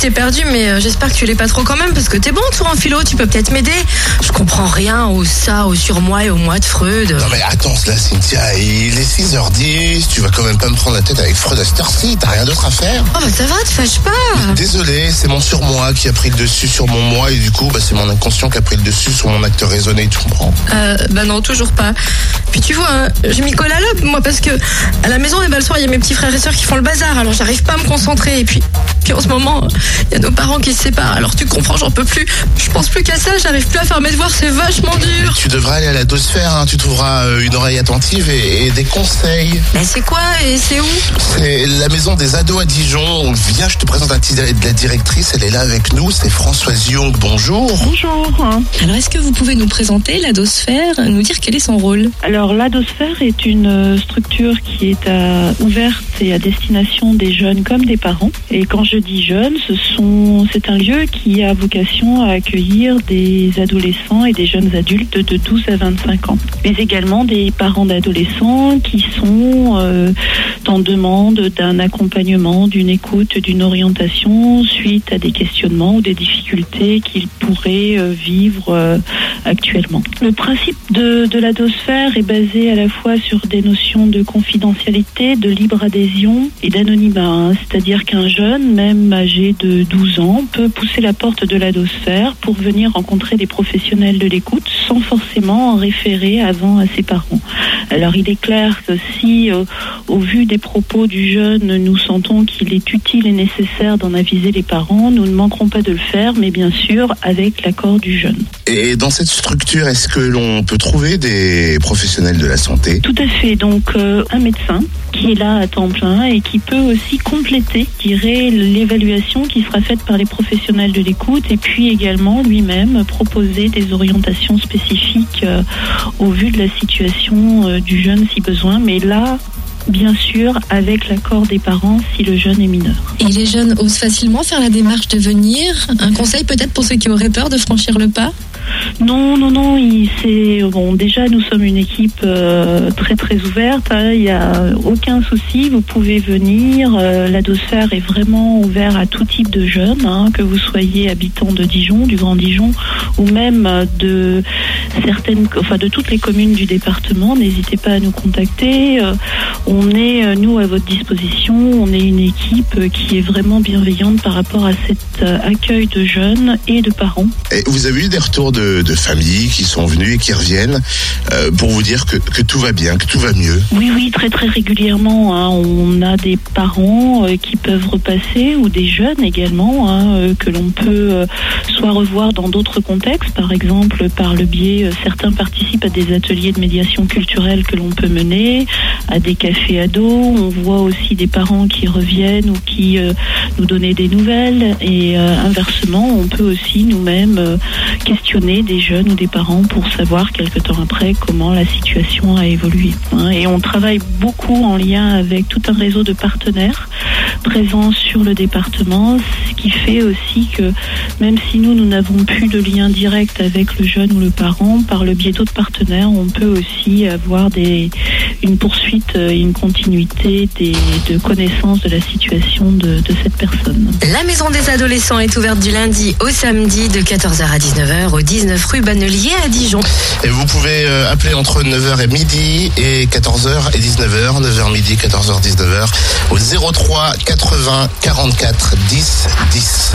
t'es perdu, mais j'espère que tu l'es pas trop quand même, parce que t'es bon, toi en philo, tu peux peut-être m'aider. Je comprends rien au surmoi et au moi de Freud. Non mais attends, là, Cynthia, il est 6h10, tu vas quand même pas me prendre la tête avec Freud à cette heure-ci, t'as rien d'autre à faire. Oh bah ça va, te fâche pas. Désolé, c'est mon surmoi qui a pris le dessus sur mon moi, et du coup, c'est mon inconscient qui a pris le dessus sur mon acte raisonné, tu comprends? Bah non, toujours pas. Puis tu vois, je m'y colle à l'op, moi, parce que à la maison, le soir, il y a mes petits frères et sœurs qui font le bazar, alors j'arrive pas à me concentrer. Et puis en ce moment, il y a nos parents qui se séparent, alors tu comprends, j'en peux plus. Je pense plus qu'à ça, j'arrive plus à faire mes devoirs, c'est vachement dur. Tu devrais aller à la dosphère, hein. Tu trouveras une oreille attentive et des conseils. Mais c'est quoi et c'est où? C'est la maison des ados à Dijon. Viens, je te présente la directrice, elle est là avec nous, c'est Françoise Young, bonjour. Bonjour. Alors est-ce que vous pouvez nous présenter la dosphère, nous dire quel est son rôle? Alors la dosphère est une structure qui est ouverte et à destination des jeunes comme des parents. Et quand je dis jeunes, c'est un lieu qui a vocation à accueillir des adolescents et des jeunes adultes de 12 à 25 ans. Mais également des parents d'adolescents qui sont en demande d'un accompagnement, d'une écoute, d'une orientation suite à des questionnements ou des difficultés qu'ils pourraient vivre actuellement. Le principe de la dosphère est basé à la fois sur des notions de confidentialité, de libre adhésion et d'anonymat. C'est-à-dire qu'un jeune, même âgé de 12 ans, peut pousser la porte de la dosphère pour venir rencontrer des professionnels de l'écoute sans forcément en référer avant à ses parents. Alors il est clair que si, au vu des propos du jeune, nous sentons qu'il est utile et nécessaire d'en aviser les parents, nous ne manquerons pas de le faire, mais bien sûr avec l'accord du jeune. Et dans cette structure, est-ce que l'on peut trouver des professionnels de la santé? Tout à fait, donc un médecin qui est là à temps plein et qui peut aussi compléter, je dirais, l'évaluation qui sera faite par les professionnels de l'écoute et puis également lui-même proposer des orientations spécifiques au vu de la situation du jeune si besoin, mais là, bien sûr, avec l'accord des parents si le jeune est mineur. Et les jeunes osent facilement faire la démarche de venir? Un conseil peut-être pour ceux qui auraient peur de franchir le pas? Non. Déjà, nous sommes une équipe très très ouverte. Il n'y a aucun souci. Vous pouvez venir. La dosphère est vraiment ouverte à tout type de jeunes, que vous soyez habitant de Dijon, du Grand Dijon, ou même de toutes les communes du département. N'hésitez pas à nous contacter. On est, nous, à votre disposition. On est une équipe qui est vraiment bienveillante par rapport à cet accueil de jeunes et de parents. Et vous avez eu des retours de familles qui sont venues et qui reviennent pour vous dire que tout va bien, que tout va mieux? Oui, très très régulièrement. On a des parents qui peuvent repasser ou des jeunes également que l'on peut soit revoir dans d'autres contextes. Par exemple, par le biais, certains participent à des ateliers de médiation culturelle que l'on peut mener, à des cafés ados. On voit aussi des parents qui reviennent ou qui nous donner des nouvelles et inversement, on peut aussi nous-mêmes questionner des jeunes ou des parents pour savoir quelque temps après comment la situation a évolué. Et on travaille beaucoup en lien avec tout un réseau de partenaires présents sur le département, ce qui fait aussi que même si nous n'avons plus de lien direct avec le jeune ou le parent, par le biais d'autres partenaires, on peut aussi avoir une poursuite, une continuité de connaissance de la situation de cette personne. La maison des adolescents est ouverte du lundi au samedi de 14h à 19h au 19 rue Bannelier à Dijon. Et vous pouvez appeler entre 9h et midi et 14h et 19h, 9h midi, 14h, 19h au 03 80 44 10 10.